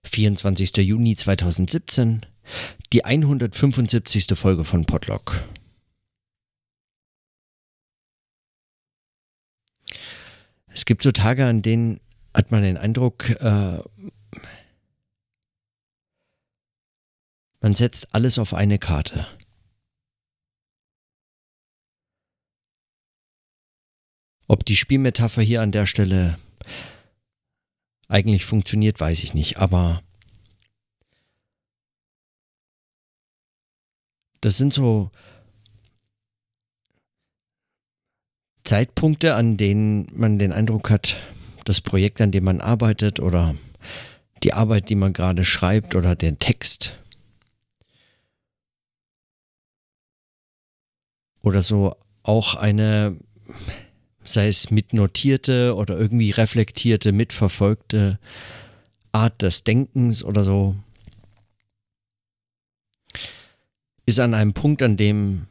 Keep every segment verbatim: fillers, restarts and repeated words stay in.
vierundzwanzigster Juni zweitausendsiebzehn, die hundertfünfundsiebzigste Folge von Podlog. Es gibt so Tage, an denen hat man den Eindruck, äh, man setzt alles auf eine Karte. Ob die Spielmetapher hier an der Stelle eigentlich funktioniert, weiß ich nicht, aber das sind so Zeitpunkte, an denen man den Eindruck hat, das Projekt, an dem man arbeitet oder die Arbeit, die man gerade schreibt oder den Text oder so auch eine, sei es mitnotierte oder irgendwie reflektierte, mitverfolgte Art des Denkens oder so, ist an einem Punkt, an dem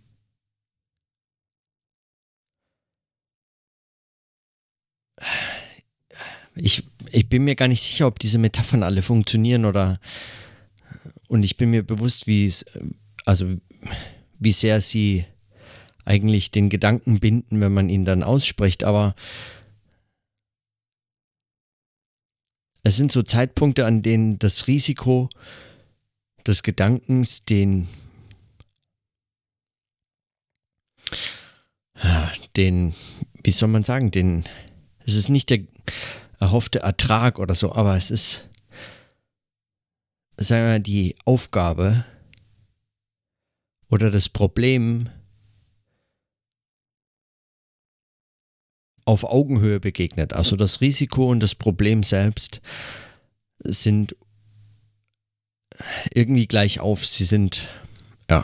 ich, ich bin mir gar nicht sicher, ob diese Metaphern alle funktionieren oder und ich bin mir bewusst, wie es, also wie sehr sie eigentlich den Gedanken binden, wenn man ihn dann ausspricht, aber es sind so Zeitpunkte, an denen das Risiko des Gedankens, den, den, wie soll man sagen, den, es ist nicht der erhoffte Ertrag oder so, aber es ist, sagen wir mal, die Aufgabe oder das Problem auf Augenhöhe begegnet. Also das Risiko und das Problem selbst sind irgendwie gleich auf. Sie sind, ja.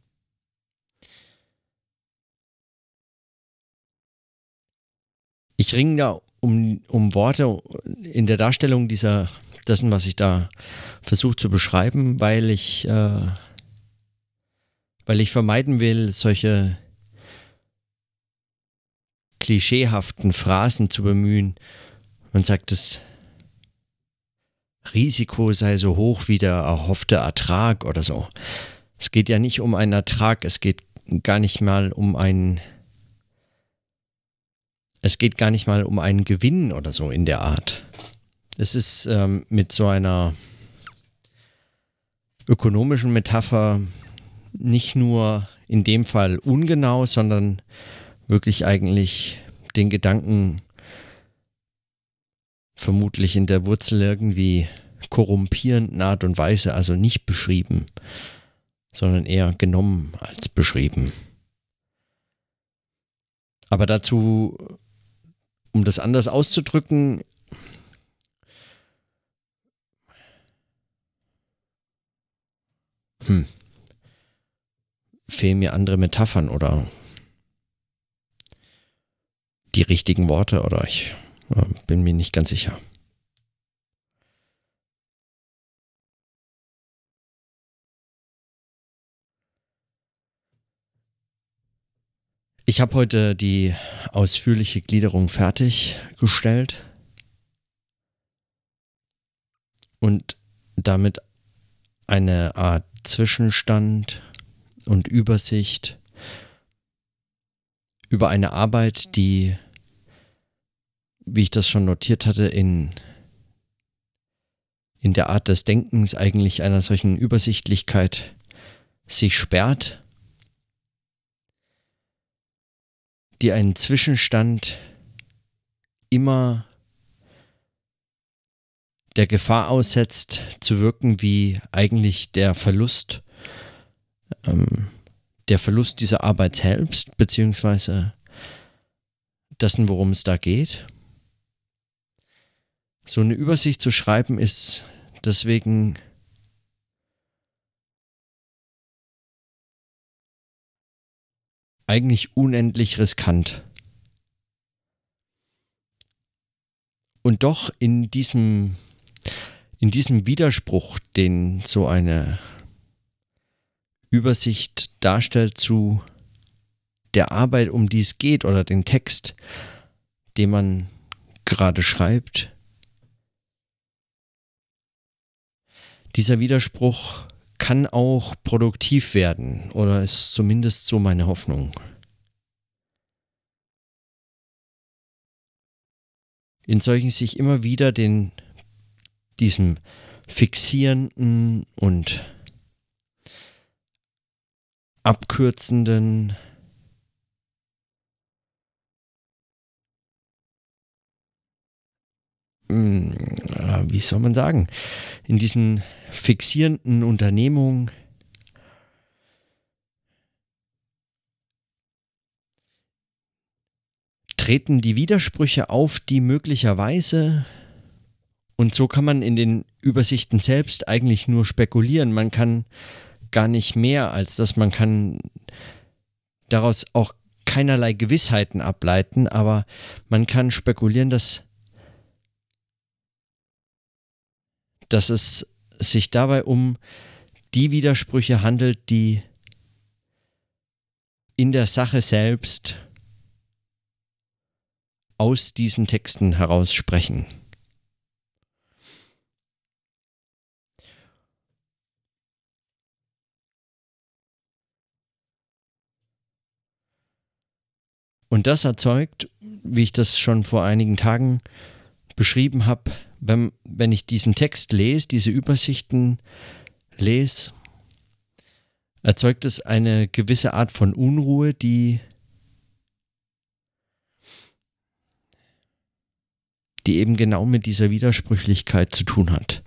Ich ringe da um, um Worte in der Darstellung dieser, dessen, was ich da versuche zu beschreiben, weil ich, äh, weil ich vermeiden will, solche klischeehaften Phrasen zu bemühen. Man sagt, das Risiko sei so hoch wie der erhoffte Ertrag oder so. Es geht ja nicht um einen Ertrag, es geht gar nicht mal um einen, es geht gar nicht mal um einen Gewinn oder so in der Art. Es ist ähm, mit so einer ökonomischen Metapher nicht nur in dem Fall ungenau, sondern wirklich eigentlich den Gedanken vermutlich in der Wurzel irgendwie korrumpierenden Art und Weise, also nicht beschrieben, sondern eher genommen als beschrieben. Aber dazu, um das anders auszudrücken, hm, fehlen mir andere Metaphern oder die richtigen Worte oder ich äh, bin mir nicht ganz sicher. Ich habe heute die ausführliche Gliederung fertiggestellt und damit eine Art Zwischenstand und Übersicht über eine Arbeit, die, wie ich das schon notiert hatte, in, in der Art des Denkens eigentlich einer solchen Übersichtlichkeit sich sperrt, die einen Zwischenstand immer der Gefahr aussetzt, zu wirken wie eigentlich der Verlust, ähm, der Verlust dieser Arbeit selbst, beziehungsweise dessen, worum es da geht. So eine Übersicht zu schreiben ist deswegen eigentlich unendlich riskant. Und doch in diesem, in diesem Widerspruch, den so eine Übersicht darstellt zu der Arbeit, um die es geht, oder den Text, den man gerade schreibt, dieser Widerspruch kann auch produktiv werden, oder ist zumindest so meine Hoffnung. In solchen sich immer wieder den, diesem fixierenden und abkürzenden wie soll man sagen, in diesen fixierenden Unternehmungen treten die Widersprüche auf, die möglicherweise, und so kann man in den Übersichten selbst eigentlich nur spekulieren, man kann gar nicht mehr als das, man kann daraus auch keinerlei Gewissheiten ableiten, aber man kann spekulieren, dass dass es sich dabei um die Widersprüche handelt, die in der Sache selbst aus diesen Texten heraus sprechen. Und das erzeugt, wie ich das schon vor einigen Tagen beschrieben habe, wenn, wenn ich diesen Text lese, diese Übersichten lese, erzeugt es eine gewisse Art von Unruhe, die, die eben genau mit dieser Widersprüchlichkeit zu tun hat.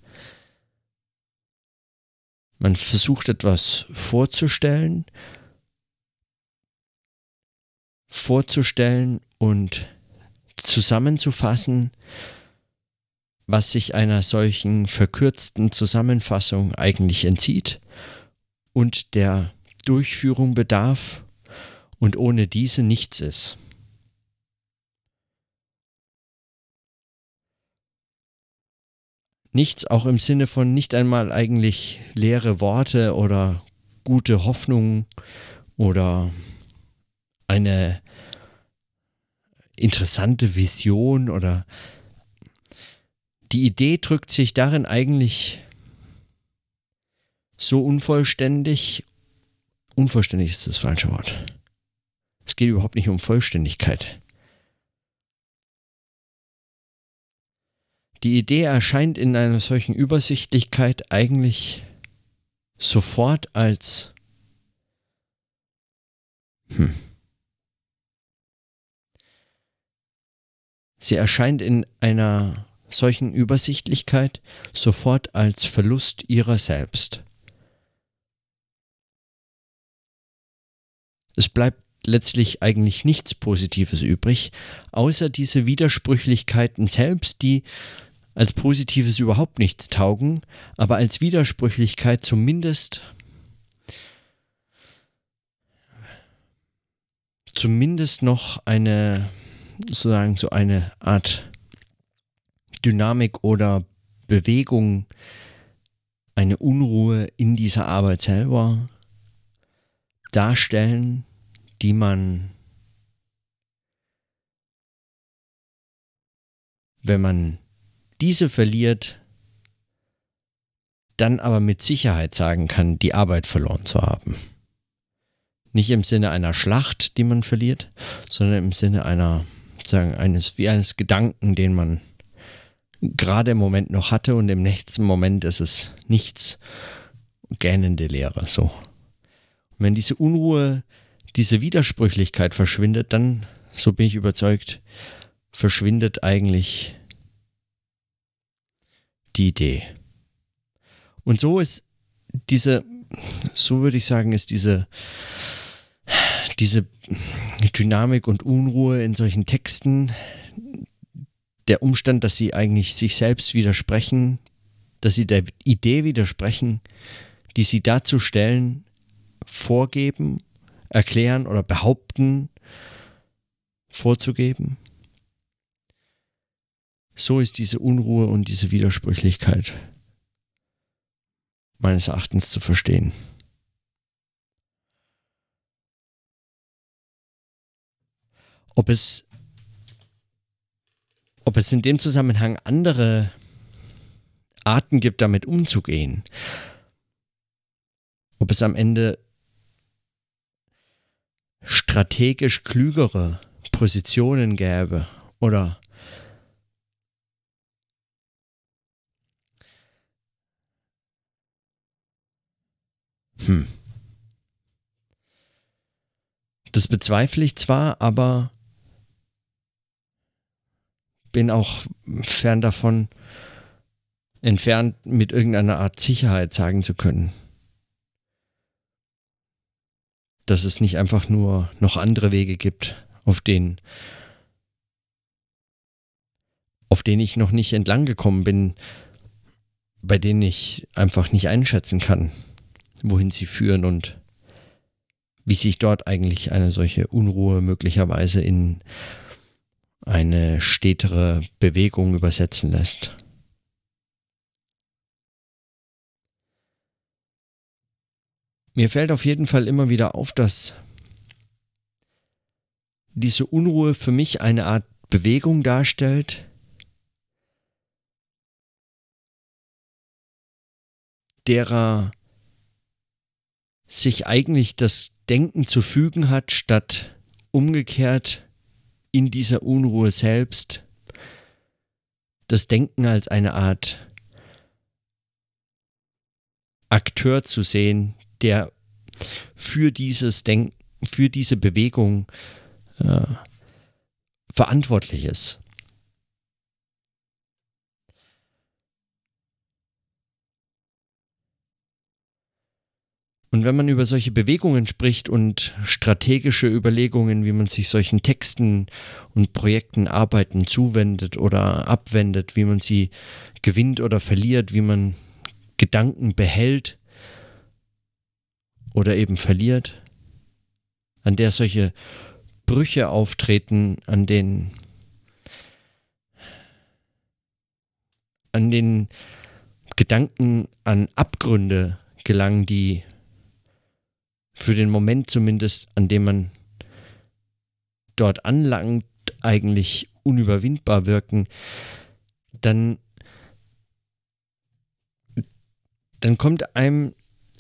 Man versucht etwas vorzustellen, vorzustellen und zusammenzufassen, was sich einer solchen verkürzten Zusammenfassung eigentlich entzieht und der Durchführung bedarf und ohne diese nichts ist. Nichts auch im Sinne von nicht einmal eigentlich leere Worte oder gute Hoffnung oder eine interessante Vision oder die Idee drückt sich darin eigentlich so unvollständig, unvollständig ist das falsche Wort. Es geht überhaupt nicht um Vollständigkeit. Die Idee erscheint in einer solchen Übersichtlichkeit eigentlich sofort als hm. Sie erscheint in einer solchen Übersichtlichkeit sofort als Verlust ihrer selbst. Es bleibt letztlich eigentlich nichts Positives übrig, außer diese Widersprüchlichkeiten selbst, die als Positives überhaupt nichts taugen, aber als Widersprüchlichkeit zumindest zumindest noch eine, sozusagen so eine Art Dynamik oder Bewegung, eine Unruhe in dieser Arbeit selber darstellen, die man, wenn man diese verliert, dann aber mit Sicherheit sagen kann, die Arbeit verloren zu haben. Nicht im Sinne einer Schlacht, die man verliert, sondern im Sinne einer, sagen, eines, wie eines Gedanken, den man gerade im Moment noch hatte und im nächsten Moment ist es nichts, gähnende Leere, so. Und wenn diese Unruhe, diese Widersprüchlichkeit verschwindet, dann, so bin ich überzeugt, verschwindet eigentlich die Idee. Und so ist diese, so würde ich sagen, ist diese, diese Dynamik und Unruhe in solchen Texten, der Umstand, dass sie eigentlich sich selbst widersprechen, dass sie der Idee widersprechen, die sie darzustellen, vorgeben, erklären oder behaupten, vorzugeben. So ist diese Unruhe und diese Widersprüchlichkeit meines Erachtens zu verstehen. Ob es, ob es in dem Zusammenhang andere, Arten gibt, damit umzugehen. Ob es am Ende strategisch klügere Positionen gäbe oder hm. Das bezweifle ich zwar, aber bin auch fern davon entfernt, mit irgendeiner Art Sicherheit sagen zu können, dass es nicht einfach nur noch andere Wege gibt, auf denen, auf denen ich noch nicht entlang gekommen bin, bei denen ich einfach nicht einschätzen kann, wohin sie führen und wie sich dort eigentlich eine solche Unruhe möglicherweise in eine stetere Bewegung übersetzen lässt. Mir fällt auf jeden Fall immer wieder auf, dass diese Unruhe für mich eine Art Bewegung darstellt, derer sich eigentlich das Denken zu fügen hat, statt umgekehrt in dieser Unruhe selbst das Denken als eine Art Akteur zu sehen, der für dieses Denken, für diese Bewegung äh, verantwortlich ist. Und wenn man über solche Bewegungen spricht und strategische Überlegungen, wie man sich solchen Texten und Projekten, Arbeiten zuwendet oder abwendet, wie man sie gewinnt oder verliert, wie man Gedanken behält oder eben verliert, an der solche Brüche auftreten, an denen an den Gedanken an Abgründe gelangen, die für den Moment zumindest, an dem man dort anlangt, eigentlich unüberwindbar wirken, dann, dann kommt einem,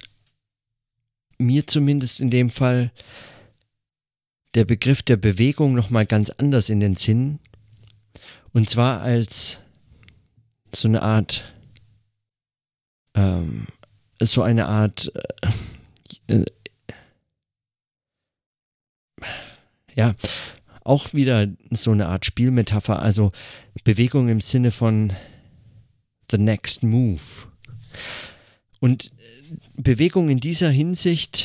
mir zumindest in dem Fall, der Begriff der Bewegung nochmal ganz anders in den Sinn. Und zwar als so eine Art, ähm, so eine Art, äh, ja, auch wieder so eine Art Spielmetapher, also Bewegung im Sinne von the next move. Und Bewegung in dieser Hinsicht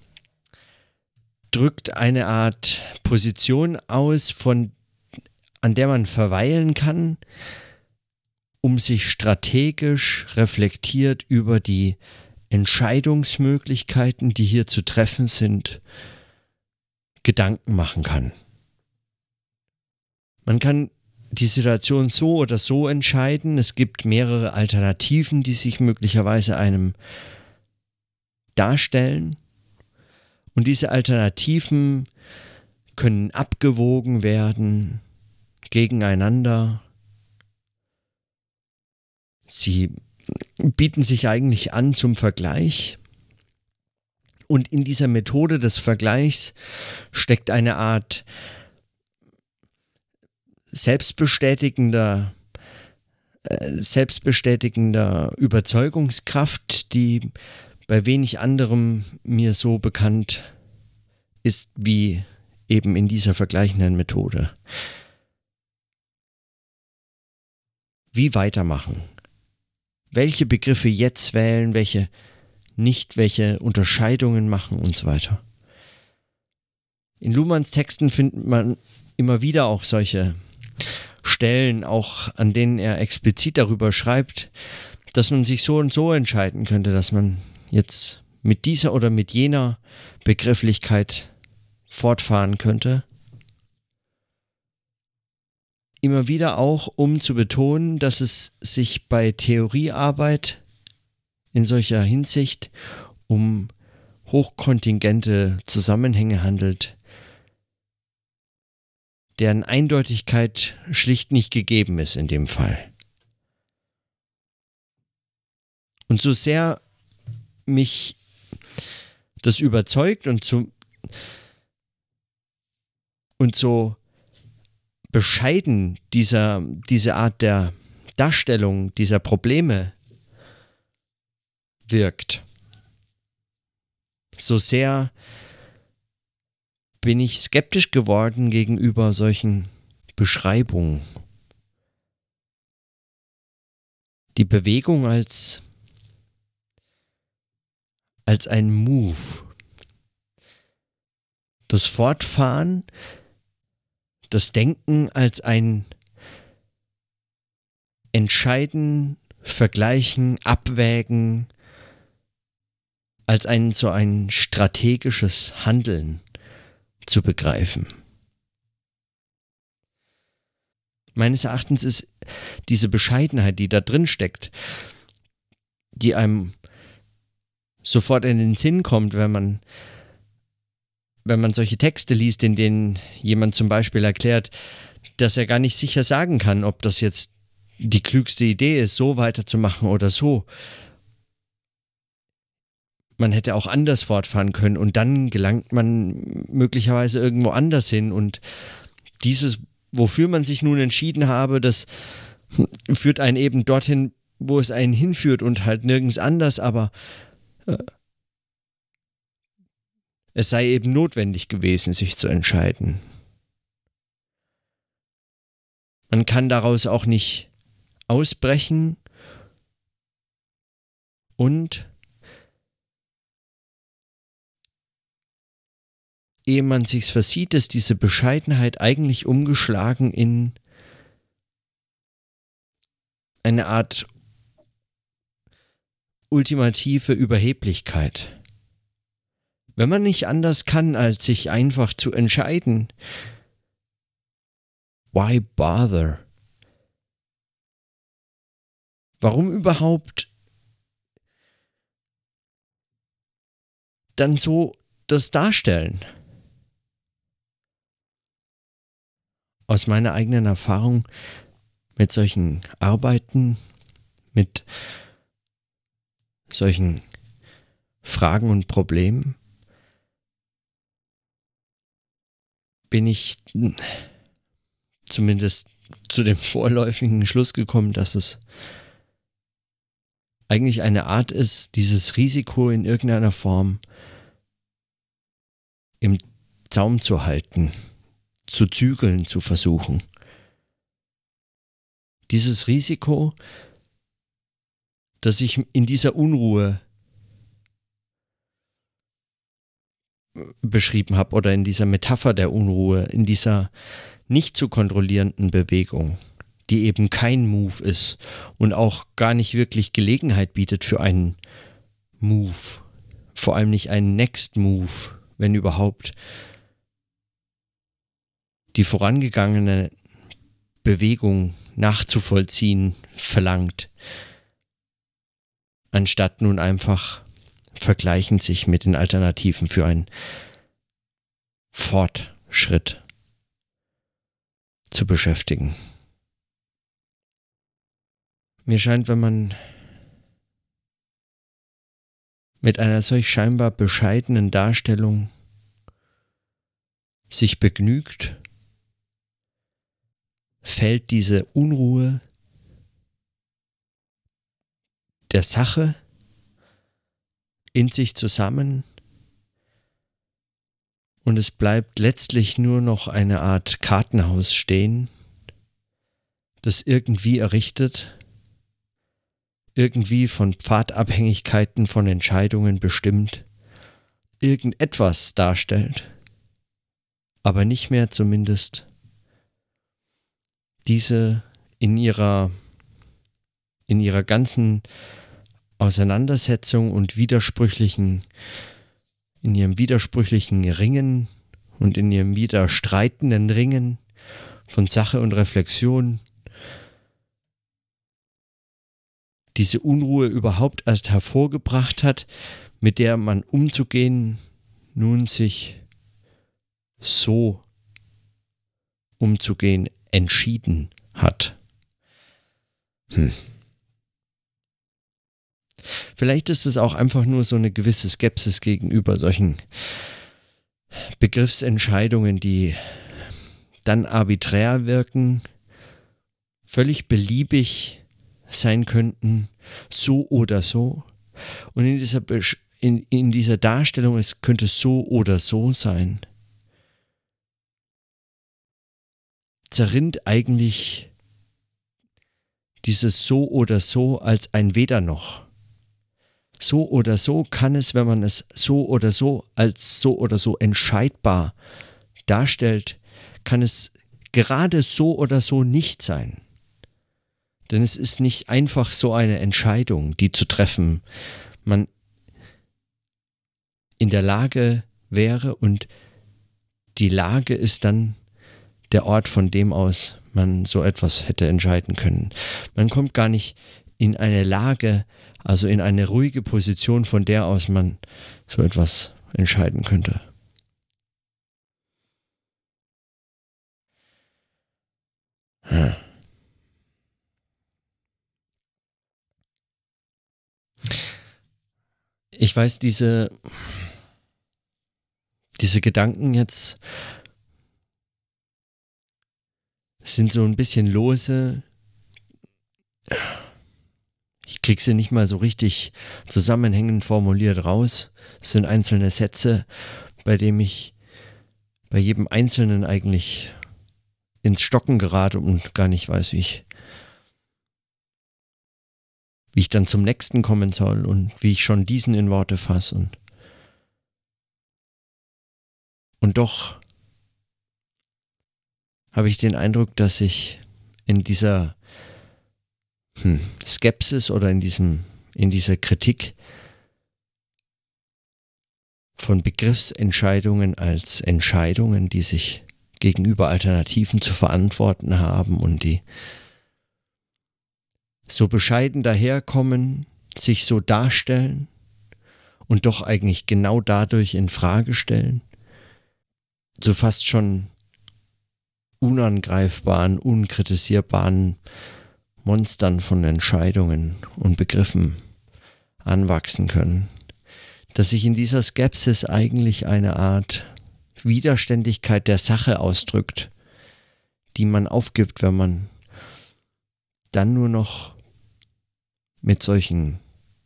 drückt eine Art Position aus, von, an der man verweilen kann, um sich strategisch reflektiert über die Entscheidungsmöglichkeiten, die hier zu treffen sind, Gedanken machen kann. Man kann die Situation so oder so entscheiden. Es gibt mehrere Alternativen, die sich möglicherweise einem darstellen. Und diese Alternativen können abgewogen werden gegeneinander. Sie bieten sich eigentlich an zum Vergleich. Und in dieser Methode des Vergleichs steckt eine Art selbstbestätigender, äh, selbstbestätigender Überzeugungskraft, die bei wenig anderem mir so bekannt ist wie eben in dieser vergleichenden Methode. Wie weitermachen? Welche Begriffe jetzt wählen, welche nicht, welche Unterscheidungen machen und so weiter. In Luhmanns Texten findet man immer wieder auch solche Stellen, auch an denen er explizit darüber schreibt, dass man sich so und so entscheiden könnte, dass man jetzt mit dieser oder mit jener Begrifflichkeit fortfahren könnte. Immer wieder auch, um zu betonen, dass es sich bei Theoriearbeit in solcher Hinsicht um hochkontingente Zusammenhänge handelt, deren Eindeutigkeit schlicht nicht gegeben ist in dem Fall. Und so sehr mich das überzeugt und so, und so bescheiden dieser, diese Art der Darstellung dieser Probleme wirkt, so sehr bin ich skeptisch geworden gegenüber solchen Beschreibungen. Die Bewegung als, als ein Move. Das Fortfahren, das Denken als ein Entscheiden, Vergleichen, Abwägen, als ein so ein strategisches Handeln zu begreifen. Meines Erachtens ist diese Bescheidenheit, die da drin steckt, die einem sofort in den Sinn kommt, wenn man, wenn man solche Texte liest, in denen jemand zum Beispiel erklärt, dass er gar nicht sicher sagen kann, ob das jetzt die klügste Idee ist, so weiterzumachen oder so. Man hätte auch anders fortfahren können und dann gelangt man möglicherweise irgendwo anders hin und dieses, wofür man sich nun entschieden habe, das führt einen eben dorthin, wo es einen hinführt und halt nirgends anders, aber äh, es sei eben notwendig gewesen, sich zu entscheiden. Man kann daraus auch nicht ausbrechen und ehe man sich's versieht, ist diese Bescheidenheit eigentlich umgeschlagen in eine Art ultimative Überheblichkeit. Wenn man nicht anders kann, als sich einfach zu entscheiden, why bother? Warum überhaupt dann so das darstellen? Aus meiner eigenen Erfahrung mit solchen Arbeiten, mit solchen Fragen und Problemen, bin ich zumindest zu dem vorläufigen Schluss gekommen, dass es eigentlich eine Art ist, dieses Risiko in irgendeiner Form im Zaum zu halten, zu zügeln, zu versuchen. Dieses Risiko, das ich in dieser Unruhe beschrieben habe oder in dieser Metapher der Unruhe, in dieser nicht zu kontrollierenden Bewegung, die eben kein Move ist und auch gar nicht wirklich Gelegenheit bietet für einen Move, vor allem nicht einen Next Move, wenn überhaupt. Die vorangegangene Bewegung nachzuvollziehen verlangt, anstatt nun einfach vergleichend sich mit den Alternativen für einen Fortschritt zu beschäftigen. Mir scheint, wenn man mit einer solch scheinbar bescheidenen Darstellung sich begnügt, fällt diese Unruhe der Sache in sich zusammen und es bleibt letztlich nur noch eine Art Kartenhaus stehen, das irgendwie errichtet, irgendwie von Pfadabhängigkeiten von Entscheidungen bestimmt, irgendetwas darstellt, aber nicht mehr zumindest diese in ihrer, in ihrer ganzen Auseinandersetzung und widersprüchlichen, in ihrem widersprüchlichen Ringen und in ihrem widerstreitenden Ringen von Sache und Reflexion diese Unruhe überhaupt erst hervorgebracht hat, mit der man umzugehen nun sich so umzugehen entschieden hat. Hm. Vielleicht ist es auch einfach nur so eine gewisse Skepsis gegenüber solchen Begriffsentscheidungen, die dann arbiträr wirken, völlig beliebig sein könnten, so oder so. Und in dieser, Besch- in, in dieser Darstellung, es könnte so oder so sein, zerrinnt eigentlich dieses so oder so als ein Weder noch. So oder so kann es, wenn man es so oder so als so oder so entscheidbar darstellt, kann es gerade so oder so nicht sein. Denn es ist nicht einfach so eine Entscheidung, die zu treffen man in der Lage wäre, und die Lage ist dann der Ort, von dem aus man so etwas hätte entscheiden können. Man kommt gar nicht in eine Lage, also in eine ruhige Position, von der aus man so etwas entscheiden könnte. Ja. Ich weiß, diese, diese Gedanken jetzt sind so ein bisschen lose. Ich krieg sie nicht mal so richtig zusammenhängend formuliert raus. Es sind einzelne Sätze, bei denen ich bei jedem Einzelnen eigentlich ins Stocken gerate und gar nicht weiß, wie ich, wie ich dann zum nächsten kommen soll und wie ich schon diesen in Worte fasse. Und, und doch habe ich den Eindruck, dass ich in dieser hm, Skepsis oder in diesem, in dieser Kritik von Begriffsentscheidungen als Entscheidungen, die sich gegenüber Alternativen zu verantworten haben und die so bescheiden daherkommen, sich so darstellen und doch eigentlich genau dadurch in Frage stellen, so fast schon unangreifbaren, unkritisierbaren Monstern von Entscheidungen und Begriffen anwachsen können, dass sich in dieser Skepsis eigentlich eine Art Widerständigkeit der Sache ausdrückt, die man aufgibt, wenn man dann nur noch mit solchen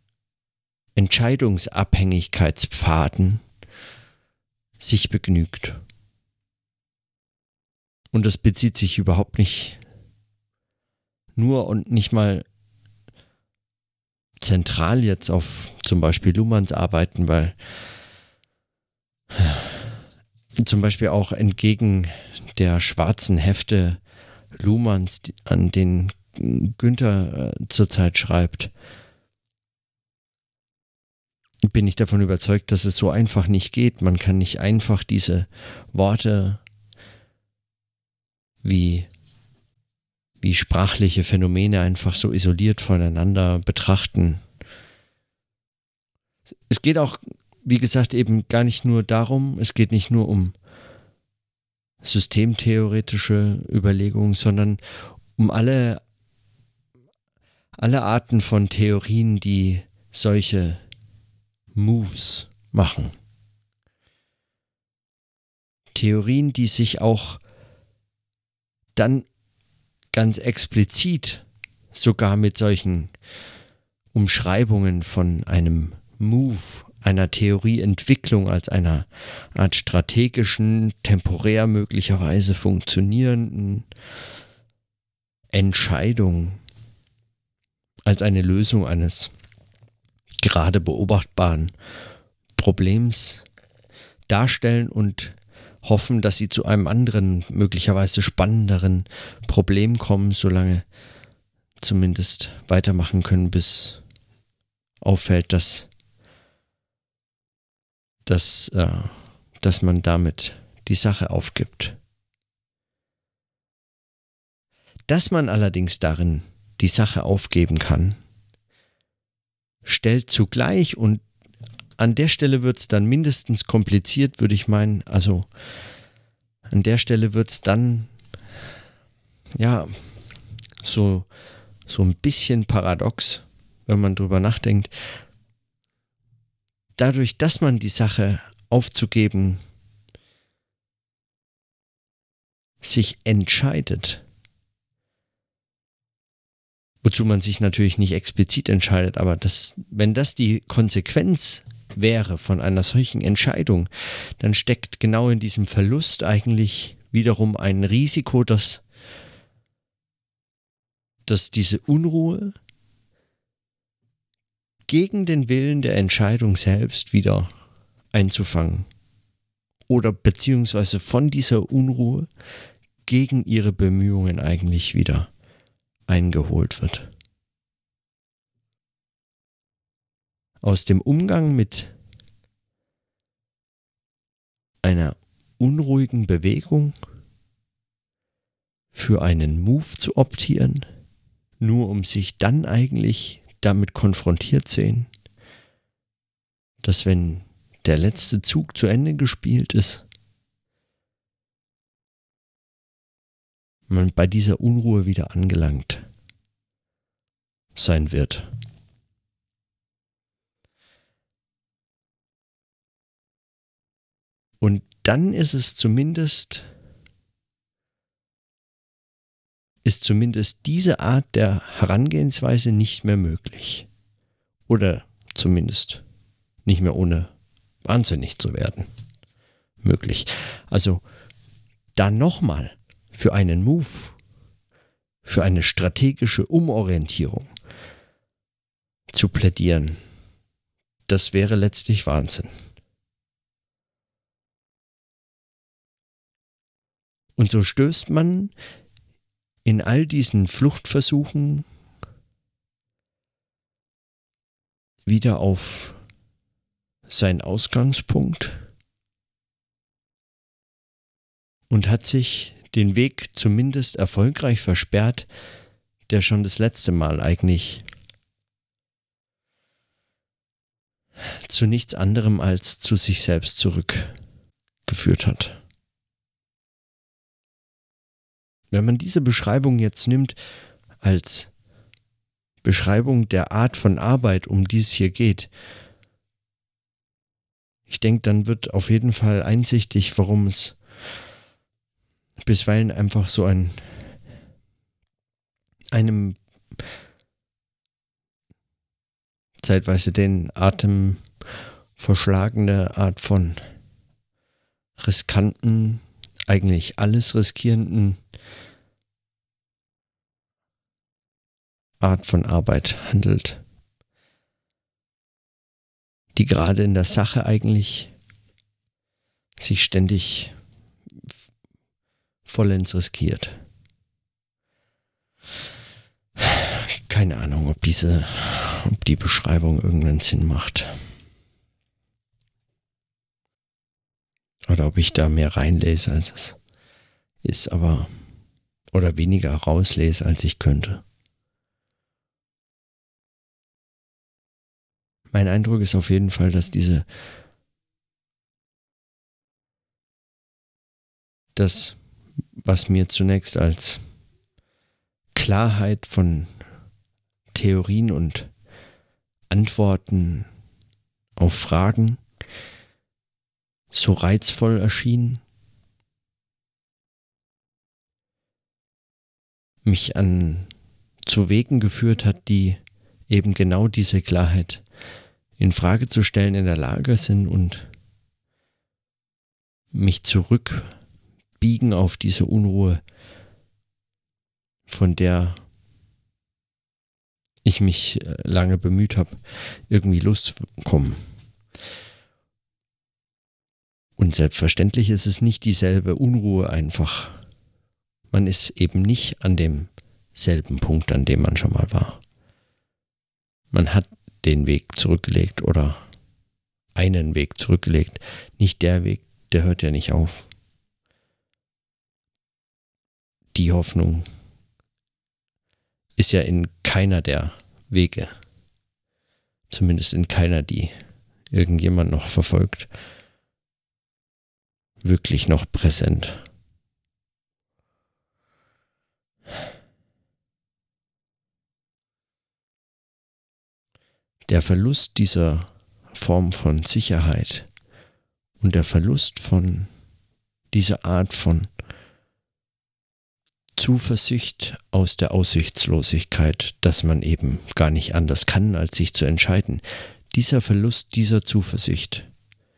Entscheidungsabhängigkeitspfaden sich begnügt. Und das bezieht sich überhaupt nicht nur und nicht mal zentral jetzt auf zum Beispiel Luhmanns Arbeiten, weil zum Beispiel auch entgegen der schwarzen Hefte Luhmanns, an denen Günther äh, zurzeit schreibt, bin ich davon überzeugt, dass es so einfach nicht geht. Man kann nicht einfach diese Worte wie, wie sprachliche Phänomene einfach so isoliert voneinander betrachten. Es geht auch, wie gesagt, eben gar nicht nur darum, es geht nicht nur um systemtheoretische Überlegungen, sondern um alle, alle Arten von Theorien, die solche Moves machen. Theorien, die sich auch dann ganz explizit sogar mit solchen Umschreibungen von einem Move, einer Theorieentwicklung als einer Art strategischen, temporär möglicherweise funktionierenden Entscheidung, als eine Lösung eines gerade beobachtbaren Problems darstellen und hoffen, dass sie zu einem anderen, möglicherweise spannenderen Problem kommen, solange zumindest weitermachen können, bis auffällt, dass, dass, äh, dass man damit die Sache aufgibt. Dass man allerdings darin die Sache aufgeben kann, stellt zugleich, und an der Stelle wird es dann mindestens kompliziert, würde ich meinen, also an der Stelle wird es dann, ja, so, so ein bisschen paradox, wenn man drüber nachdenkt, dadurch, dass man die Sache aufzugeben sich entscheidet, wozu man sich natürlich nicht explizit entscheidet, aber das, wenn das die Konsequenz wäre von einer solchen Entscheidung, dann steckt genau in diesem Verlust eigentlich wiederum ein Risiko, dass, dass diese Unruhe gegen den Willen der Entscheidung selbst wieder einzufangen oder beziehungsweise von dieser Unruhe gegen ihre Bemühungen eigentlich wieder eingeholt wird. Aus dem Umgang mit einer unruhigen Bewegung für einen Move zu optieren, nur um sich dann eigentlich damit konfrontiert sehen, dass wenn der letzte Zug zu Ende gespielt ist, man bei dieser Unruhe wieder angelangt sein wird. Und dann ist es zumindest, ist zumindest diese Art der Herangehensweise nicht mehr möglich. Oder zumindest nicht mehr ohne wahnsinnig zu werden möglich. Also dann nochmal für einen Move, für eine strategische Umorientierung zu plädieren, das wäre letztlich Wahnsinn. Und so stößt man in all diesen Fluchtversuchen wieder auf seinen Ausgangspunkt und hat sich den Weg zumindest erfolgreich versperrt, der schon das letzte Mal eigentlich zu nichts anderem als zu sich selbst zurückgeführt hat. Wenn man diese Beschreibung jetzt nimmt als Beschreibung der Art von Arbeit, um die es hier geht, ich denke, dann wird auf jeden Fall einsichtig, warum es bisweilen einfach so ein einem zeitweise den Atem verschlagene Art von riskanten, eigentlich alles riskierenden Art von Arbeit handelt, die gerade in der Sache eigentlich sich ständig vollends riskiert. Keine Ahnung, ob diese, ob die Beschreibung irgendeinen Sinn macht. Oder ob ich da mehr reinlese, als es ist, aber oder weniger rauslese, als ich könnte. Mein Eindruck ist auf jeden Fall, dass diese das, was mir zunächst als Klarheit von Theorien und Antworten auf Fragen so reizvoll erschien, mich an zu Wegen geführt hat, die eben genau diese Klarheit in Frage zu stellen in der Lage sind und mich zurückbiegen auf diese Unruhe, von der ich mich lange bemüht habe, irgendwie loszukommen. Und selbstverständlich ist es nicht dieselbe Unruhe einfach. Man ist eben nicht an demselben Punkt, an dem man schon mal war. Man hat den Weg zurückgelegt oder einen Weg zurückgelegt. Nicht der Weg, der hört ja nicht auf. Die Hoffnung ist ja in keiner der Wege, zumindest in keiner, die irgendjemand noch verfolgt, wirklich noch präsent. Der Verlust dieser Form von Sicherheit und der Verlust von dieser Art von Zuversicht aus der Aussichtslosigkeit, dass man eben gar nicht anders kann, als sich zu entscheiden. Dieser Verlust dieser Zuversicht,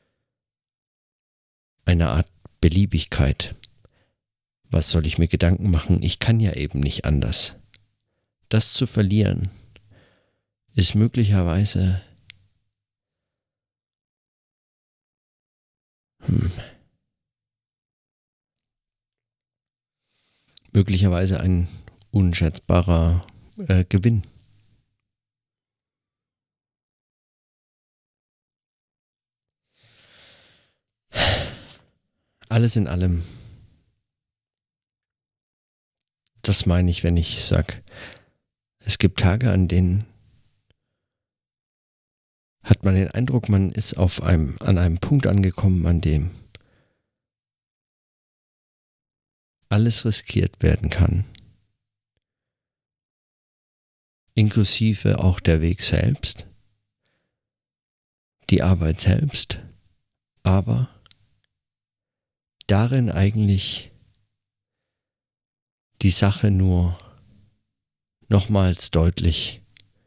eine Art Beliebigkeit. Was soll ich mir Gedanken machen? Ich kann ja eben nicht anders. Das zu verlieren, ist möglicherweise hm, möglicherweise ein unschätzbarer äh, Gewinn. Alles in allem, das meine ich, wenn ich sage, es gibt Tage, an denen hat man den Eindruck, man ist auf einem, an einem Punkt angekommen, an dem alles riskiert werden kann, inklusive auch der Weg selbst, die Arbeit selbst, aber darin eigentlich die Sache nur nochmals deutlich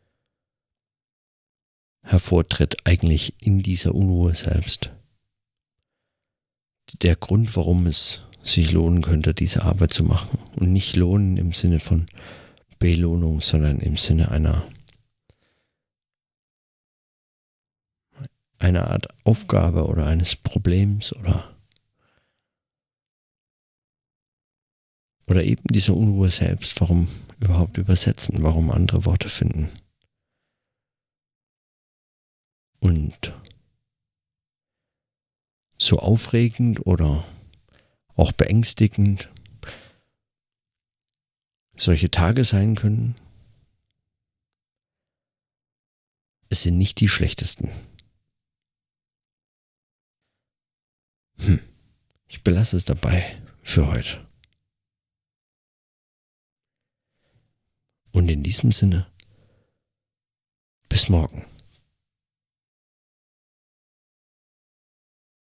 hervortritt, eigentlich in dieser Unruhe selbst. Der Grund, warum es sich lohnen könnte, diese Arbeit zu machen. Und nicht lohnen im Sinne von Belohnung, sondern im Sinne einer, einer Art Aufgabe oder eines Problems oder Oder eben diese Unruhe selbst, warum überhaupt übersetzen, warum andere Worte finden. Und so aufregend oder auch beängstigend solche Tage sein können, es sind nicht die schlechtesten. Hm. Ich belasse es dabei für heute. Und in diesem Sinne, bis morgen.